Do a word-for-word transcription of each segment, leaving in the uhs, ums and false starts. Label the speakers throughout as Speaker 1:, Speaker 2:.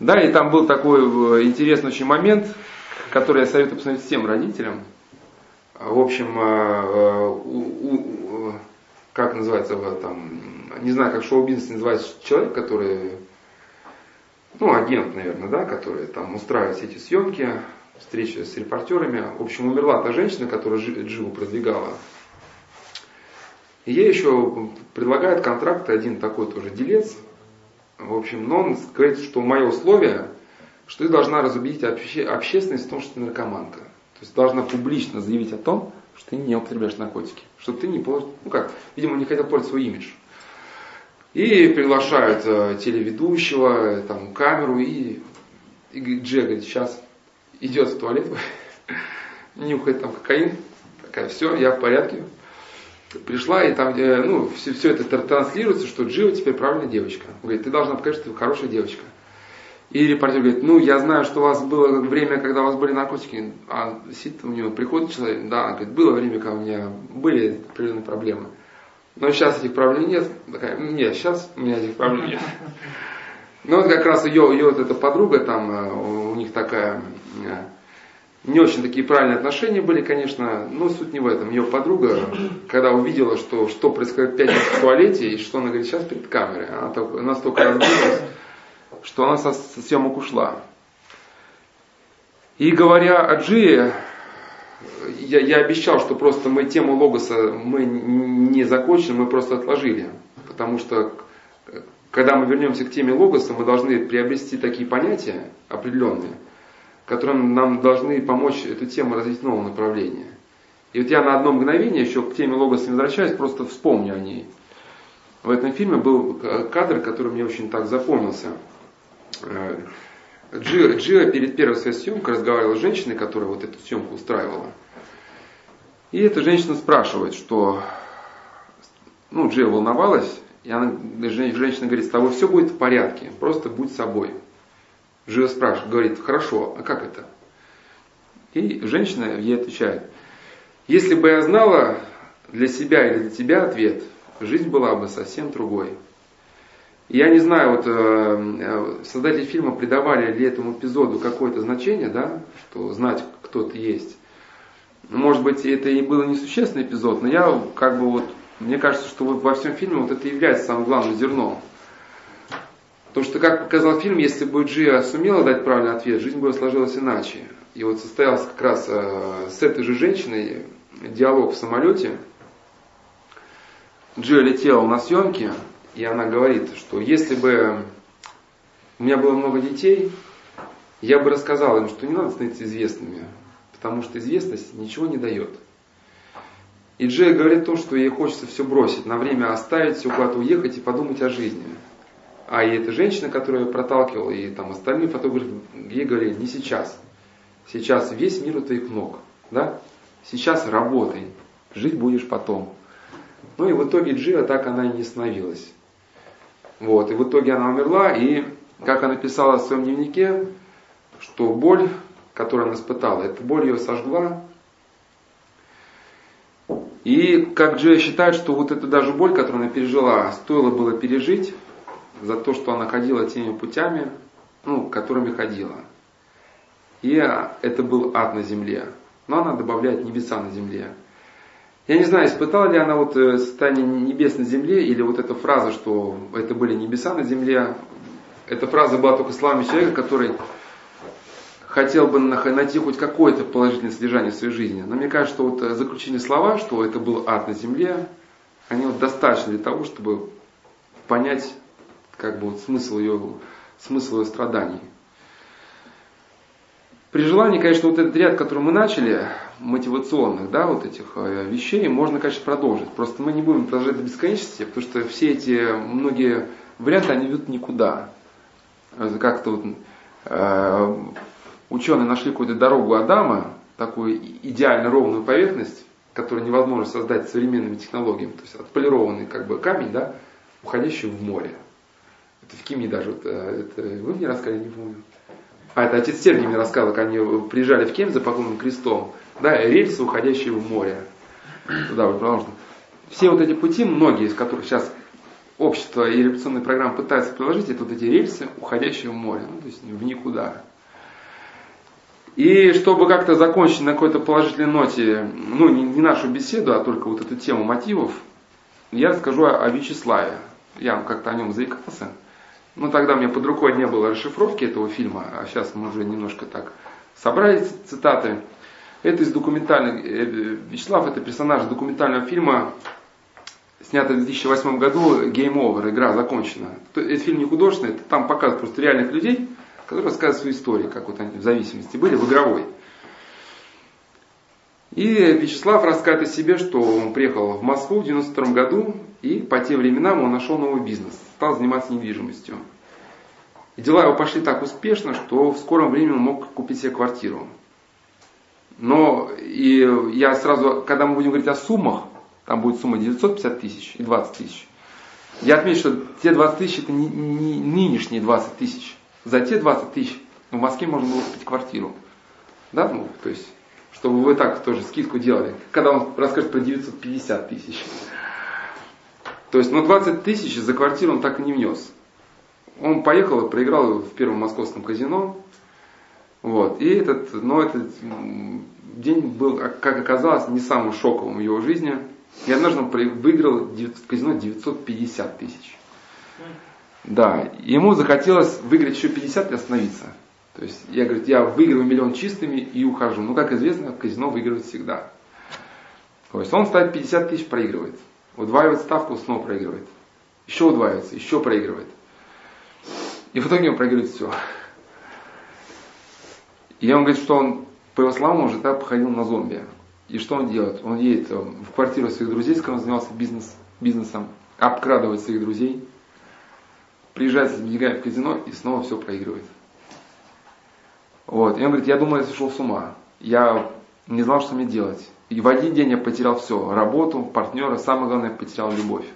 Speaker 1: Да, и там был такой интересный очень момент, который я советую посмотреть всем родителям. В общем, у, у, как называется, там, не знаю, как в шоу-бизнесе называется человек, который, ну, агент, наверное, да, который там устраивает все эти съемки, встречи с репортерами. В общем, умерла та женщина, которая Джилу продвигала. И ей еще предлагает контракт один такой тоже делец. В общем, но он говорит, что мое условие, что ты должна разубедить обще, общественность в том, что ты наркоманка. То есть должна публично заявить о том, что ты не употребляешь наркотики. Что ты не портишь, ну как, видимо, не хотел портить свой имидж. И приглашают э, телеведущего, там, камеру, и, и Джи говорит, сейчас идет в туалет, нюхает там кокаин, такая, все, я в порядке. Пришла, и там, ну, все, все это транслируется, что Джио теперь правильная девочка. Он говорит, ты должна показать, что ты хорошая девочка. И репортер говорит, ну, я знаю, что у вас было время, когда у вас были наркотики. А сидит у него, приходит человек, да, говорит, было время, когда у меня были определенные проблемы. Но сейчас этих проблем нет. Такая, нет, сейчас у меня этих проблем нет. Ну, вот как раз ее, ее вот эта подруга, там, у них такая... Не очень такие правильные отношения были, конечно, но суть не в этом. Ее подруга, когда увидела, что, что происходит пять минут в туалете, и что она говорит, сейчас перед камерой, она так, настолько разбилась, что она со, со съемок ушла. И говоря о Джие, я, я обещал, что просто мы тему логоса мы не закончим, мы просто отложили. Потому что, когда мы вернемся к теме логоса, мы должны приобрести такие понятия определенные, которые нам должны помочь эту тему развить в новом направлении. И вот я на одно мгновение еще к теме логоса не возвращаюсь, просто вспомню о ней. В этом фильме был кадр, который мне очень так запомнился. Джио, Джио перед первой своей съемкой разговаривала с женщиной, которая вот эту съемку устраивала. И эта женщина спрашивает, что... Ну, Джио волновалась, и она, женщина говорит, с тобой все будет в порядке, просто будь собой. Джио спрашивает, говорит, хорошо, а как это? И женщина ей отвечает, если бы я знала для себя или для тебя ответ, жизнь была бы совсем другой. И я не знаю, вот э, создатели фильма придавали ли этому эпизоду какое-то значение, да, что знать, кто ты есть. Может быть, это и был несущественный эпизод, но я как бы вот, мне кажется, что вот во всем фильме вот это и является самым главным зерном. Потому что, как показал фильм, если бы Джиа сумела дать правильный ответ, жизнь бы сложилась иначе. И вот состоялся как раз э, с этой же женщиной диалог в самолете. Джиа летела на съемки, и она говорит, что если бы у меня было много детей, я бы рассказала им, что не надо становиться известными, потому что известность ничего не дает. И Джиа говорит о том, что ей хочется все бросить, на время оставить, все куда-то уехать и подумать о жизни. А и эта женщина, которая ее проталкивала, и там остальные фотографы, ей говорили, не сейчас. Сейчас весь мир у твоих ног. Да? Сейчас работай, жить будешь потом. Ну и в итоге Джиа так она и не становилась. Вот. И в итоге она умерла, и как она писала в своем дневнике, что боль, которую она испытала, эта боль ее сожгла. И как Джиа считает, что вот эту даже боль, которую она пережила, стоило было пережить, за то, что она ходила теми путями, ну, которыми ходила. И это был ад на земле. Но она добавляет небеса на земле. Я не знаю, испытала ли она вот состояние небес на земле, или вот эта фраза, что это были небеса на земле. Эта фраза была только словами человека, который хотел бы найти хоть какое-то положительное содержание в своей жизни. Но мне кажется, что вот заключительные слова, что это был ад на земле, они вот достаточно для того, чтобы понять как бы вот смысл ее, смысл ее страданий. При желании, конечно, вот этот ряд, который мы начали, мотивационных, да, вот этих вещей, можно, конечно, продолжить. Просто мы не будем продолжать до бесконечности, потому что все эти многие варианты, они ведут никуда. Как-то вот э, ученые нашли какую-то дорогу Адама, такую идеально ровную поверхность, которую невозможно создать современными технологиями. То есть отполированный как бы камень, да, уходящий в море. Это в Кемне даже, вот, это вы мне рассказали, не помню. А, это отец Сергий мне рассказал, как они приезжали в Кем за поклонным крестом. Да, рельсы, уходящие в море. Туда вот, потому что все вот эти пути, многие из которых сейчас общество и революционные программы пытаются приложить, это вот эти рельсы, уходящие в море, ну, то есть в никуда. И чтобы как-то закончить на какой-то положительной ноте, ну, не, не нашу беседу, а только вот эту тему мотивов, я расскажу о, о Вячеславе. Я вам как-то о нем заикался. Но тогда у меня под рукой не было расшифровки этого фильма, а сейчас мы уже немножко так собрали цитаты. Это из документального... Вячеслав — это персонаж документального фильма, снятый в две тысячи восьмом году, «Game Over», игра закончена. Этот фильм не художественный, это там показывают просто реальных людей, которые рассказывают свою историю, как вот они в зависимости были, в игровой. И Вячеслав рассказывает о себе, что он приехал в Москву в девяносто втором году, и по тем временам он нашел новый бизнес, стал заниматься недвижимостью. И дела его пошли так успешно, что в скором времени он мог купить себе квартиру. Но и я сразу, когда мы будем говорить о суммах, там будет сумма девятьсот пятьдесят тысяч и двадцать тысяч. Я отмечу, что те двадцать тысяч это не, не нынешние двадцать тысяч. За те двадцать тысяч в Москве можно было купить квартиру. Да, ну, то есть, чтобы вы так тоже скидку делали. Когда он расскажет про девятьсот пятьдесят тысяч. То есть, ну, двадцать тысяч за квартиру он так и не внес. Он поехал и проиграл в первом московском казино. Вот. И этот, но этот день был, как оказалось, не самым шоковым в его жизни. И однажды он выиграл в казино девятьсот пятьдесят тысяч. Да, ему захотелось выиграть еще пятьдесят и остановиться. То есть, я говорю, я выигрываю миллион чистыми и ухожу. Ну, как известно, казино выигрывает всегда. То есть, он ставит пятьдесят тысяч, проигрывает. Удваивает ставку, снова проигрывает. Еще удваивается, еще проигрывает. И в итоге он проигрывает все. И он говорит, что он, по его словам, уже так походил на зомби. И что он делает? Он едет в квартиру своих друзей, с которым он занимался бизнес, бизнесом, обкрадывает своих друзей, приезжает с деньгами в казино и снова все проигрывает. Вот. И он говорит, я думал, я сошел с ума. Я не знал, что мне делать. И в один день я потерял все. Работу, партнера, самое главное, я потерял любовь.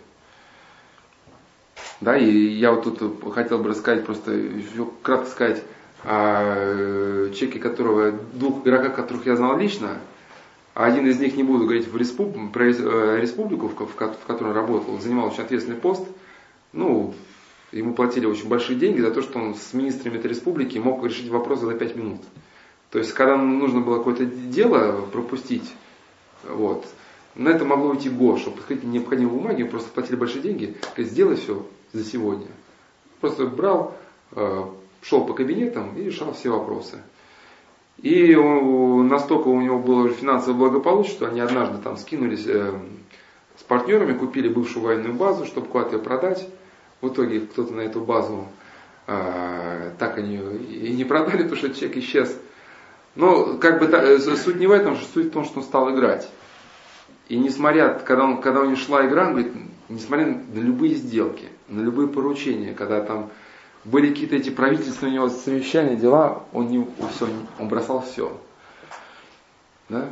Speaker 1: Да, и я вот тут хотел бы рассказать, просто еще кратко сказать о человеке, которого, двух игроках, которых я знал лично. Один из них, не буду говорить в респуб... про республику, в которой он работал, занимал очень ответственный пост. Ну, ему платили очень большие деньги за то, что он с министрами этой республики мог решить вопросы за пять минут. То есть, когда нужно было какое-то дело пропустить, вот, на это могло уйти год, чтобы подходить необходимые бумаги, просто платили большие деньги, говорит, сделай все за сегодня. Просто брал, шел по кабинетам и решал все вопросы. И настолько у него было финансовое благополучие, что они однажды там скинулись с партнерами, купили бывшую военную базу, чтобы куда-то ее продать. В итоге кто-то на эту базу э, так они ее и не продали, потому что человек исчез. Но как бы та, суть не в этом, суть в том, что он стал играть. И несмотря, когда, он, когда у него шла игра, он говорит, несмотря на любые сделки, на любые поручения, когда там были какие-то эти правительственные у него совещания, дела, он, не, все, он бросал все. Да?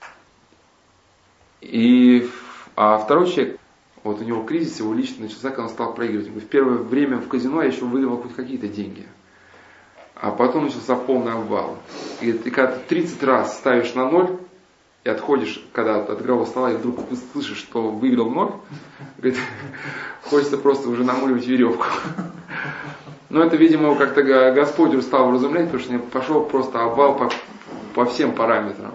Speaker 1: И, а второй человек, вот у него кризис, его лично начался, когда он стал проигрывать. В первое время в казино я еще выигрывал хоть какие-то деньги. А потом начался полный обвал. И ты когда ты тридцать раз ставишь на ноль, и отходишь, когда от игрового стола, и вдруг ты слышишь, что выиграл ноль, говорит, хочется просто уже намуливать веревку. Но это, видимо, как-то Господь стал вразумлять, потому что пошел просто обвал по, по всем параметрам.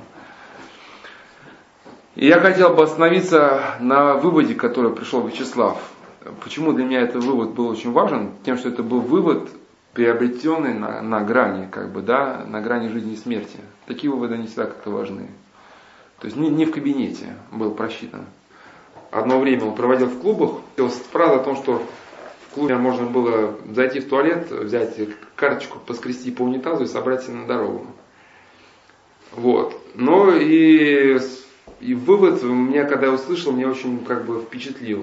Speaker 1: И я хотел бы остановиться на выводе, к которому пришел Вячеслав. Почему для меня этот вывод был очень важен? Тем, что это был вывод, приобретенный на, на грани, как бы, да, на грани жизни и смерти. Такие выводы не всегда как-то важны. То есть не, не в кабинете был просчитан. Одно время он проводил в клубах. Фраза о том, что в клубе можно было зайти в туалет, взять карточку, поскрести по унитазу и собрать себе на дорогу. Вот. Но и, и вывод меня, когда я услышал, меня очень как бы впечатлил.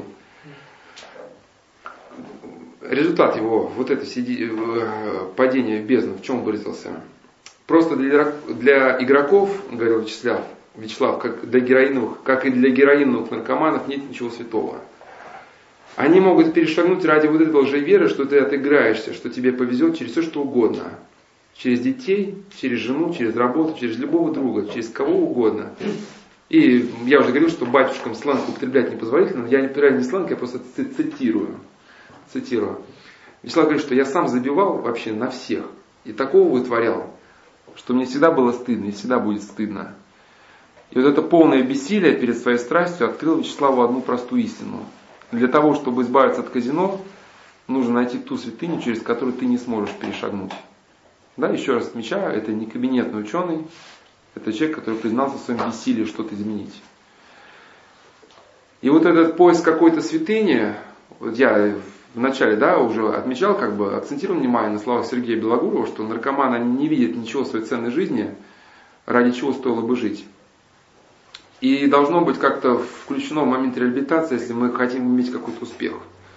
Speaker 1: Результат его, вот это сиди, падение в бездну, в чем выразился? Просто для, для игроков, говорил Вячеслав, Вячеслав, как для героиновых, как и для героиновых наркоманов, нет ничего святого. Они могут перешагнуть ради вот этой лжеверы, что ты отыграешься, что тебе повезет через все, что угодно. Через детей, через жену, через работу, через любого друга, через кого угодно. И я уже говорил, что батюшкам сленг употреблять непозволительно, но я не употребляю не сленг, я просто цитирую. цитирую. Вячеслав говорит, что я сам забивал вообще на всех. И такого вытворял, что мне всегда было стыдно и всегда будет стыдно. И вот это полное бессилие перед своей страстью открыло Вячеславу одну простую истину. Для того, чтобы избавиться от казино, нужно найти ту святыню, через которую ты не сможешь перешагнуть. Да, еще раз отмечаю, это не кабинетный ученый, это человек, который признался в своем бессилии что-то изменить. И вот этот поиск какой-то святыни, вот я вначале, да, уже отмечал, как бы акцентировал внимание на словах Сергея Белогурова, что наркоман, они не видят ничего в своей ценной жизни, ради чего стоило бы жить. И должно быть как-то включено в момент реабилитации, если мы хотим иметь какой-то успех.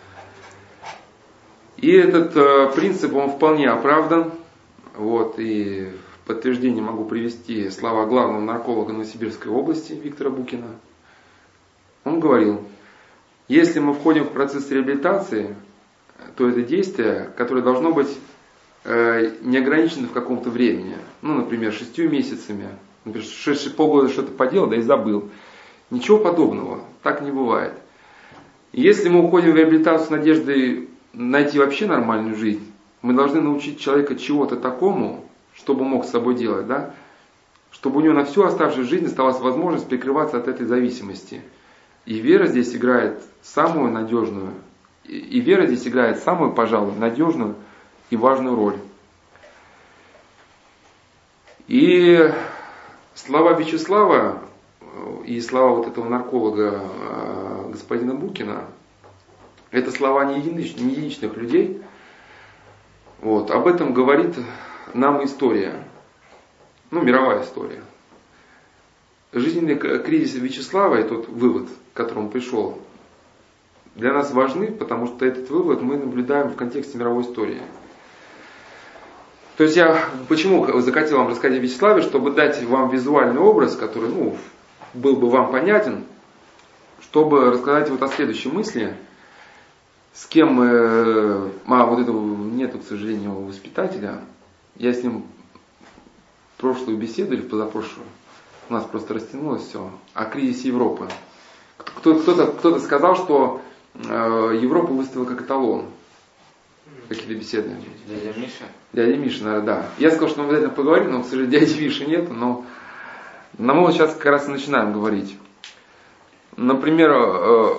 Speaker 1: И этот э, принцип, он вполне оправдан. Вот, и в подтверждение могу привести слова главного нарколога Новосибирской области Виктора Букина. Он говорил, если мы входим в процесс реабилитации, то это действие, которое должно быть э, не ограничено в каком-то времени. Ну, например, шестью месяцами. Например, шесть, полгода что-то поделал, да и забыл. Ничего подобного. Так не бывает. Если мы уходим в реабилитацию с надеждой найти вообще нормальную жизнь, мы должны научить человека чего-то такому, чтобы мог с собой делать, да? Чтобы у него на всю оставшуюся жизнь оставалась возможность прикрываться от этой зависимости. И вера здесь играет самую надежную, и вера здесь играет самую, пожалуй, надежную и важную роль. И слова Вячеслава и слова вот этого нарколога господина Букина, это слова не единичных, не единичных людей. Вот, об этом говорит нам история, ну, мировая история. Жизненный кризис Вячеслава и тот вывод, к которому он пришел, для нас важны, потому что этот вывод мы наблюдаем в контексте мировой истории. То есть я почему захотел вам рассказать о Вячеславе, чтобы дать вам визуальный образ, который, ну, был бы вам понятен, чтобы рассказать вот о следующей мысли. С кем, э, а вот этого нету, к сожалению, воспитателя. Я с ним прошлую беседу или позапрошлую, у нас просто растянулось все, о кризисе Европы. Кто-то, кто-то сказал, что э, Европу выставил как эталон. Какие-то беседы.
Speaker 2: Дядя Миша?
Speaker 1: Дядя Миша, наверное, да. Я сказал, что мы обязательно поговорим, но, к сожалению, дяди Миши нет, но, но мы вот сейчас как раз и начинаем говорить. Например, э,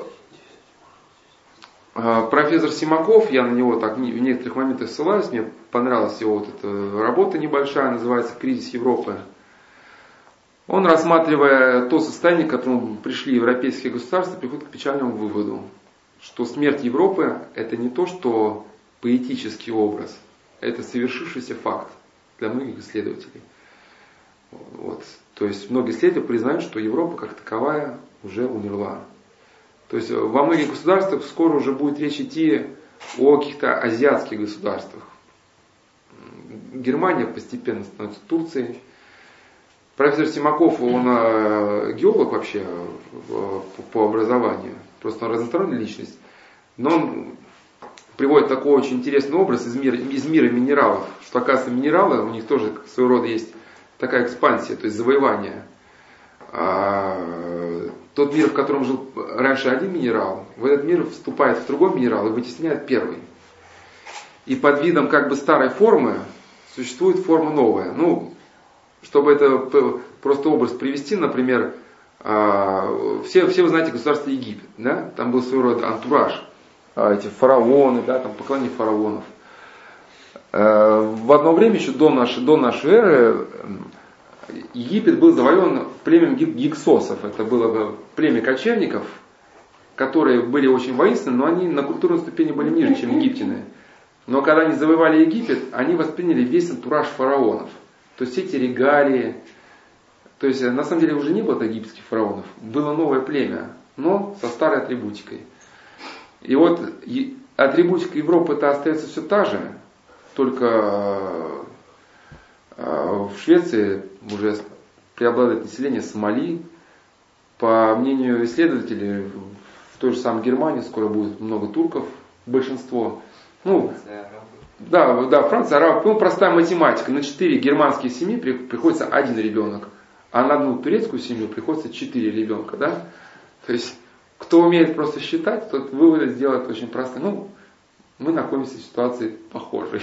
Speaker 1: профессор Симаков, я на него так в некоторых моментах ссылаюсь, мне понравилась его вот эта работа небольшая, называется «Кризис Европы». Он, рассматривая то состояние, к которому пришли европейские государства, приходит к печальному выводу, что смерть Европы – это не то, что поэтический образ, это совершившийся факт для многих исследователей. Вот. То есть многие исследователи признают, что Европа как таковая уже умерла. То есть во многих государствах скоро уже будет речь идти о каких-то азиатских государствах. Германия постепенно становится Турцией. Профессор Симаков, он геолог вообще по образованию, просто он разносторонняя личность, но он приводит такой очень интересный образ из мира, из мира минералов, что, оказывается, минералы, у них тоже своего рода есть такая экспансия, то есть завоевание. Тот мир, в котором жил раньше один минерал, в этот мир вступает в другой минерал и вытесняет первый. И под видом как бы старой формы существует форма новая. Ну, чтобы это просто образ привести, например, все, все вы знаете государство Египет, да? Там был своего рода антураж, эти фараоны, да, там поклонение фараонов. В одно время, еще до нашей, до нашей эры, Египет был завоеван племенем гиксосов. Это было племя кочевников, которые были очень воинственны, но они на культурной ступени были ниже, чем египтяне. Но когда они завоевали Египет, они восприняли весь антураж фараонов. То есть эти регалии. То есть на самом деле уже не было египетских фараонов. Было новое племя, но со старой атрибутикой. И вот атрибутика Европы-то остается все та же, только в Швеции уже преобладает население Сомали. По мнению исследователей, в той же самой Германии скоро будет много турков, большинство. Ну, да, да, Франция, арабы. Ну, простая математика. На четыре германские семьи приходится один ребенок, а на одну турецкую семью приходится четыре ребенка, да? То есть, кто умеет просто считать, тот выводы сделает очень простые. Ну, мы находимся в ситуации похожей.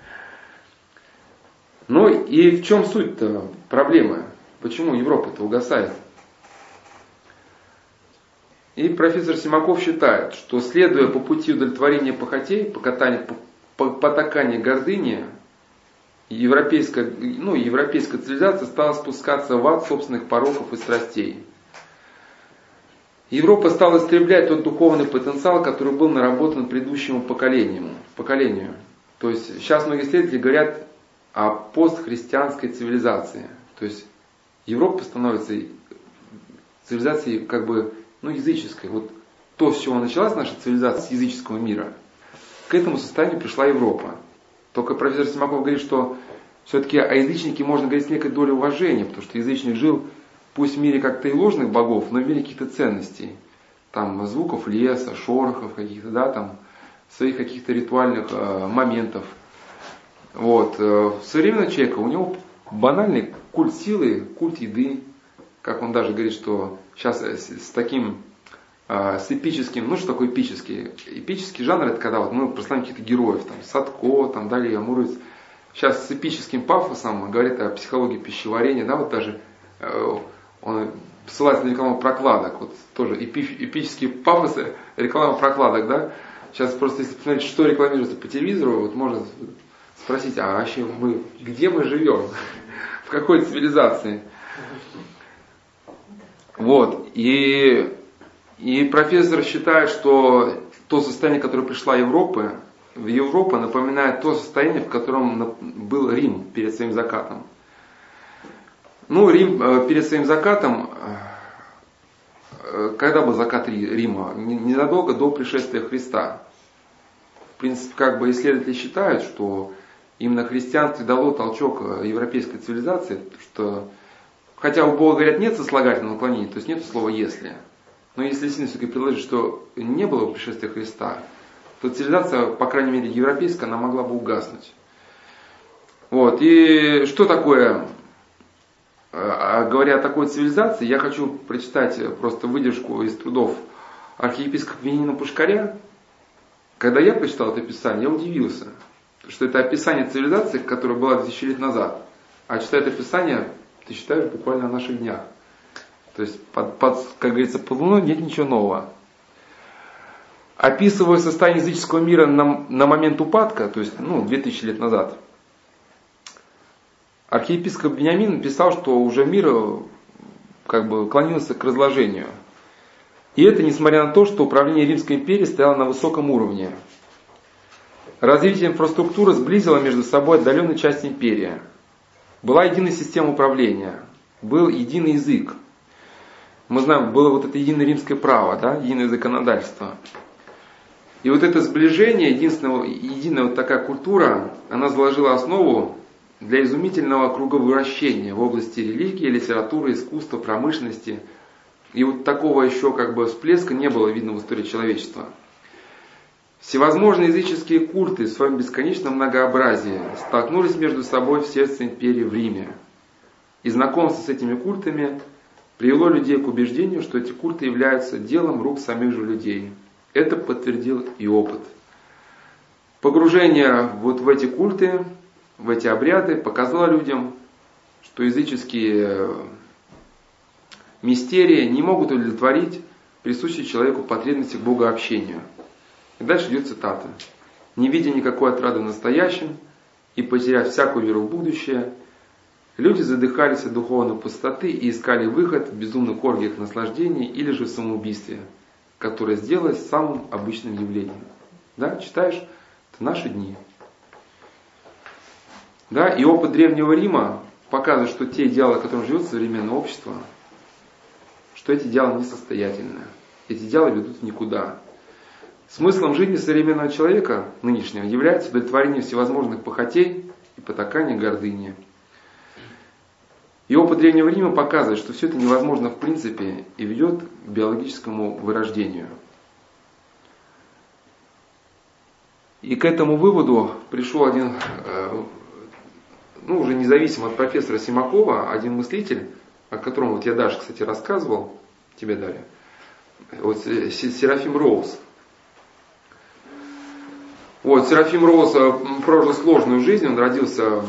Speaker 1: Ну и в чем суть-то проблемы? Почему Европа-то угасает? И профессор Симаков считает, что следуя по пути удовлетворения похотей, покатания, потакания гордыни, европейская, ну, европейская цивилизация стала спускаться в ад собственных пороков и страстей. Европа стала истреблять тот духовный потенциал, который был наработан предыдущему поколению. поколению. То есть сейчас многие исследователи говорят о постхристианской цивилизации. То есть Европа становится цивилизацией как бы ну, языческой. Вот то, с чего началась наша цивилизация, с языческого мира, к этому состоянию пришла Европа. Только профессор Симаков говорит, что все-таки о язычнике можно говорить с некой долей уважения, потому что язычник жил пусть в мире как-то и ложных богов, но в мире каких-то ценностей. Там звуков леса, шорохов каких-то, да, там своих каких-то ритуальных э, моментов. Вот. У современного человека у него банальный культ силы, культ еды, как он даже говорит, что сейчас с таким, с эпическим, ну что такое эпический? Эпический жанр это когда вот мы прославим каких-то героев, там Садко, там далее Амуровец. Сейчас с эпическим пафосом говорит о психологии пищеварения, да, вот даже он ссылается на рекламу прокладок, вот тоже эпи, эпические пафосы, реклама прокладок, да. Сейчас просто если посмотреть, что рекламируется по телевизору, вот можно спросить, а вообще мы, где мы живем, в какой цивилизации? Вот, и, и профессор считает, что то состояние, которое пришла Европа, в Европу напоминает то состояние, в котором был Рим перед своим закатом. Ну, Рим перед своим закатом, когда был закат Рима? Незадолго до пришествия Христа. В принципе, как бы исследователи считают, что именно христианство дало толчок европейской цивилизации, что хотя у Бога, говорят, нет сослагательного наклонения, то есть нет слова «если». Но если сильно все-таки предложить, что не было пришествия Христа, то цивилизация, по крайней мере европейская, она могла бы угаснуть. Вот. И что такое, говоря о такой цивилизации, я хочу прочитать просто выдержку из трудов архиепископа Вениамина Пушкаря. Когда я прочитал это описание, я удивился, что это описание цивилизации, которая была тысячи лет назад, а читая это описание, ты читаешь буквально о наших днях. То есть, под, под, как говорится, под луной нет ничего нового. Описывая состояние языческого мира на, на момент упадка, то есть, ну, две тысячи лет назад, архиепископ Вениамин написал, что уже мир как бы клонился к разложению. И это несмотря на то, что управление Римской империей стояло на высоком уровне. Развитие инфраструктуры сблизило между собой отдаленные части империи. Была единая система управления, был единый язык. Мы знаем, было вот это единое римское право, да, единое законодательство. И вот это сближение, единственного, единая вот такая культура, она заложила основу для изумительного круговращения в области религии, литературы, искусства, промышленности. И вот такого еще как бы всплеска не было видно в истории человечества. Всевозможные языческие культы в своем бесконечном многообразии столкнулись между собой в сердце империи в Риме. И знакомство с этими культами привело людей к убеждению, что эти культы являются делом рук самих же людей. Это подтвердил и опыт. Погружение вот в эти культы, в эти обряды показало людям, что языческие мистерии не могут удовлетворить присущие человеку потребности к богообщению. И дальше идет цитата. «Не видя никакой отрады в настоящем и потеряв всякую веру в будущее, люди задыхались от духовной пустоты и искали выход в безумных оргиях наслаждений или же в самоубийстве, которое сделалось самым обычным явлением». Да, читаешь? Это наши дни. Да, и опыт Древнего Рима показывает, что те идеалы, которым живет современное общество, что эти идеалы несостоятельны. Эти идеалы ведут в никуда. Смыслом жизни современного человека, нынешнего, является удовлетворение всевозможных похотей и потакание гордыни. И опыт Древнего Рима показывает, что все это невозможно в принципе и ведет к биологическому вырождению. И к этому выводу пришел один, ну уже независимо от профессора Симакова, один мыслитель, о котором вот я даже, кстати, рассказывал, тебе дали, вот Серафим Роуз. Вот, Серафим Роуз прожил сложную жизнь, он родился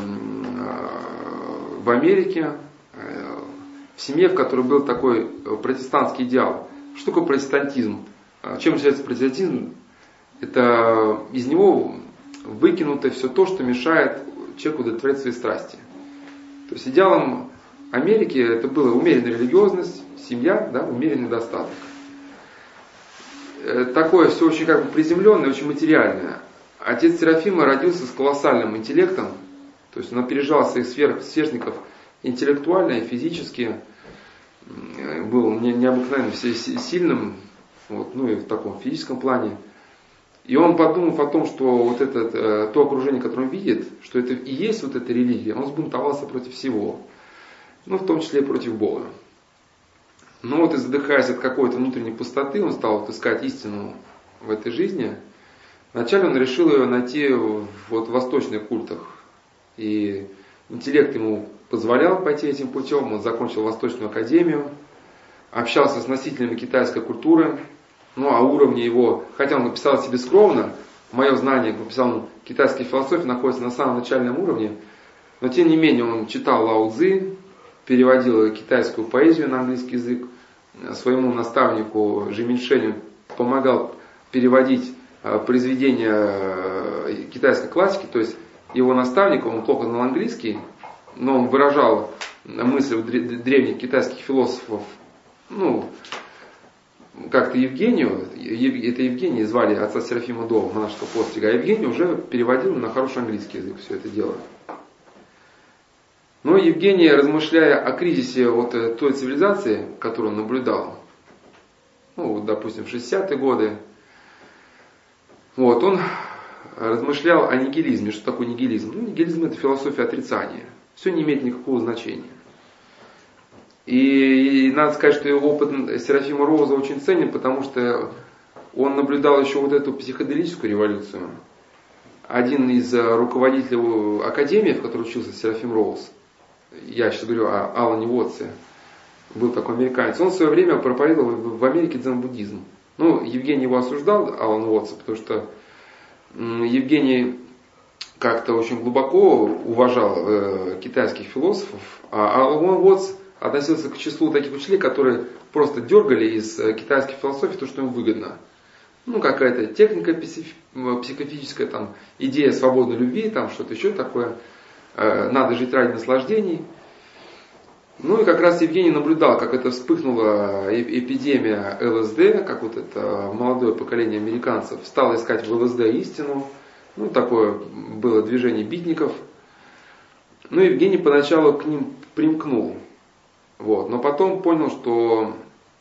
Speaker 1: в Америке, в семье, в которой был такой протестантский идеал. Что такое протестантизм? Чем отличается протестантизм? Это из него выкинуто все то, что мешает человеку удовлетворять свои страсти. То есть идеалом Америки это была умеренная религиозность, семья, да, умеренный достаток. Такое все очень как бы приземленное, очень материальное. Отец Серафима родился с колоссальным интеллектом, то есть он опережал своих сверстников интеллектуально и физически, был необыкновенно сильным, вот, ну и в таком физическом плане. И он, подумав о том, что вот это, то окружение, которое он видит, что это и есть вот эта религия, он сбунтовался против всего, ну в том числе и против Бога. Но вот и задыхаясь от какой-то внутренней пустоты, он стал вот искать истину в этой жизни. Вначале он решил ее найти вот в восточных культах. И интеллект ему позволял пойти этим путем. Он закончил Восточную академию, общался с носителями китайской культуры. Ну а уровни его, хотя он написал о себе скромно, мое знание, как написал он, китайской философии находится на самом начальном уровне, но тем не менее он читал Лао Цзы, переводил китайскую поэзию на английский язык, своему наставнику Жи Миньшеню помогал переводить произведения китайской классики, то есть его наставник, он плохо знал английский, но он выражал мысли древних китайских философов, ну, как-то Евгению, это Евгений звали отца Серафима до монашеского постига, а Евгений уже переводил на хороший английский язык все это дело. Но Евгений, размышляя о кризисе вот той цивилизации, которую он наблюдал, ну, допустим, в шестидесятые годы, вот, он размышлял о нигилизме. Что такое нигилизм? Ну, нигилизм это философия отрицания. Все не имеет никакого значения. И, и надо сказать, что его опыт Серафима Роуза очень ценен, потому что он наблюдал еще вот эту психоделическую революцию. Один из руководителей академии, в которой учился Серафим Роуз, я сейчас говорю о Алане Уотсе, был такой американец, он в свое время проповедовал в Америке дзен-буддизм. Ну, Евгений его осуждал, Алан Уотса, потому что Евгений как-то очень глубоко уважал э, китайских философов, а Алан Уотс относился к числу таких учителей, которые просто дергали из э, китайской философии то, что им выгодно. Ну, какая-то техника психофизическая, там, идея свободной любви, там что-то еще такое. Э, надо жить ради наслаждений. Ну и как раз Евгений наблюдал, как это вспыхнула эпидемия ЛСД, как вот это молодое поколение американцев стало искать в ЛСД истину. Ну, такое было движение битников. Ну, Евгений поначалу к ним примкнул. Вот. Но потом понял, что,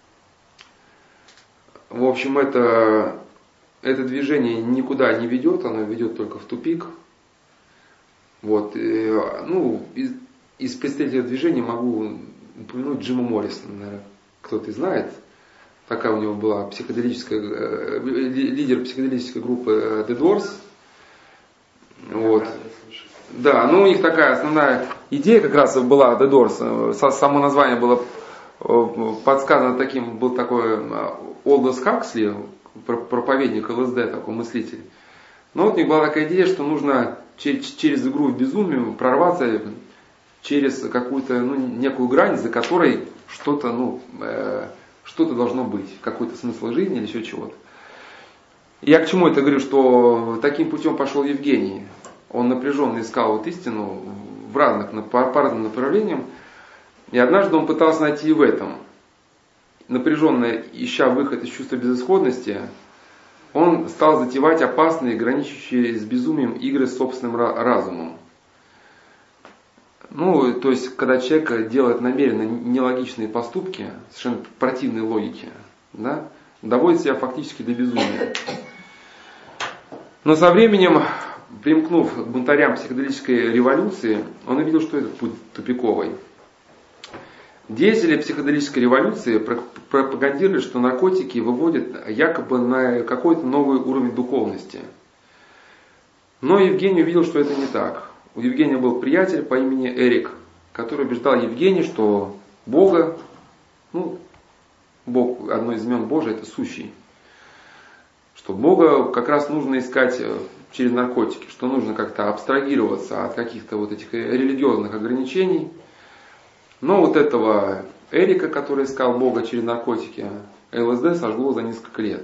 Speaker 1: в общем, это, это движение никуда не ведет, оно ведет только в тупик. Вот. И, ну, из, из представителей движения могу упомянуть Джима Моррисона, наверное, кто-то знает. Такая у него была психоделическая, э, лидер психоделической группы The Doors. Вот. Да, ну у них такая основная идея как раз была The Doors. Само название было подсказано таким, был такой Олдос Хаксли, проповедник ЛСД, такой мыслитель. Но вот у них была такая идея, что нужно через игру в безумие прорваться через какую-то, ну, некую грань, за которой что-то, ну, э, что-то должно быть, какой-то смысл жизни или еще чего-то. Я к чему это говорю, что таким путем пошел Евгений. Он напряженно искал вот истину в разных, по, по разным направлениям. И однажды он пытался найти и в этом. Напряженно ища выход из чувства безысходности, он стал затевать опасные, граничащие с безумием игры с собственным разумом. Ну, то есть, когда человек делает намеренно нелогичные поступки, совершенно противной логике, да, доводит себя фактически до безумия. Но со временем, примкнув к бунтарям психоделической революции, он увидел, что этот путь тупиковый. Деятели психоделической революции пропагандировали, что наркотики выводят якобы на какой-то новый уровень духовности. Но Евгений увидел, что это не так. У Евгения был приятель по имени Эрик, который убеждал Евгения, что Бога, ну, Бог, одно из имен Божие, это сущий. Что Бога как раз нужно искать через наркотики, что нужно как-то абстрагироваться от каких-то вот этих религиозных ограничений. Но вот этого Эрика, который искал Бога через наркотики, ЛСД сожгло за несколько лет.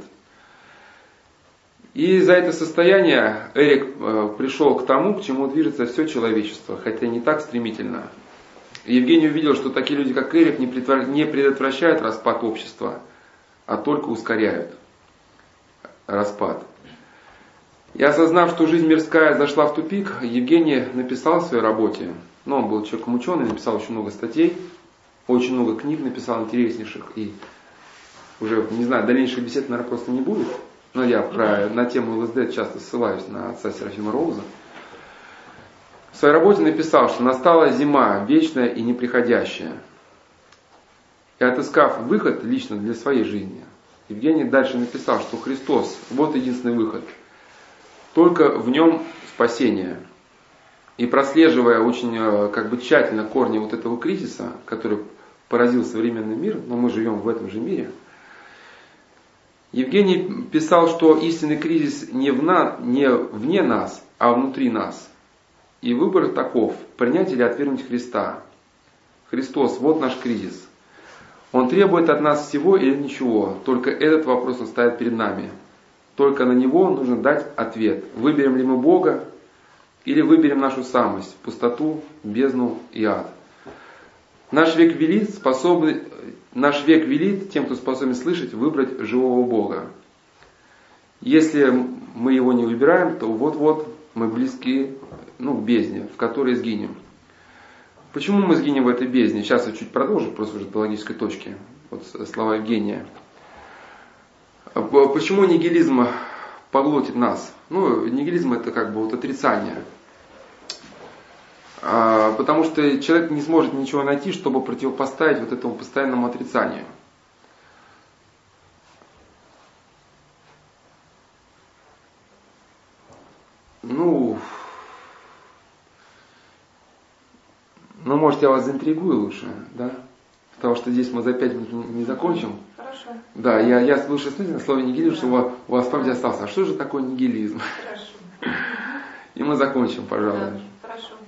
Speaker 1: И за это состояние Эрик пришел к тому, к чему движется все человечество, хотя не так стремительно. Евгений увидел, что такие люди, как Эрик, не предотвращают распад общества, а только ускоряют распад. И осознав, что жизнь мирская зашла в тупик, Евгений написал в своей работе, ну, он был человеком ученым, написал очень много статей, очень много книг написал интереснейших, и уже, не знаю, дальнейших бесед, наверное, просто не будет, но я про, на тему ЛСД часто ссылаюсь на отца Серафима Роуза. В своей работе написал, что настала зима, вечная и неприходящая. И отыскав выход лично для своей жизни, Евгений дальше написал, что Христос, вот единственный выход. Только в нем спасение. И прослеживая очень как бы тщательно корни вот этого кризиса, который поразил современный мир, но мы живем в этом же мире, Евгений писал, что истинный кризис не, в на, не вне нас, а внутри нас. И выбор таков: принять или отвергнуть Христа. Христос, вот наш кризис. Он требует от нас всего или ничего. Только этот вопрос он ставит перед нами. Только на него нужно дать ответ. Выберем ли мы Бога или выберем нашу самость, пустоту, бездну и ад. Наш век велит, способный, наш век велит тем, кто способен слышать, выбрать живого Бога. Если мы его не выбираем, то вот-вот мы близки, ну, к бездне, в которой сгинем. Почему мы сгинем в этой бездне? Сейчас я чуть продолжу, просто уже до логической точки. Вот слова Евгения. Почему нигилизм поглотит нас? Ну, нигилизм это как бы вот отрицание. А, потому что человек не сможет ничего найти, чтобы противопоставить вот этому постоянному отрицанию. Ну, ну, может, я вас заинтригую лучше, да? Потому что здесь мы за пять минут не закончим.
Speaker 2: Хорошо.
Speaker 1: Да, я, я лучше смотрите на слово нигилизм, чтобы да. у вас в памяти остался. А что же такое нигилизм?
Speaker 2: Хорошо.
Speaker 1: И мы закончим, пожалуй.
Speaker 2: Да.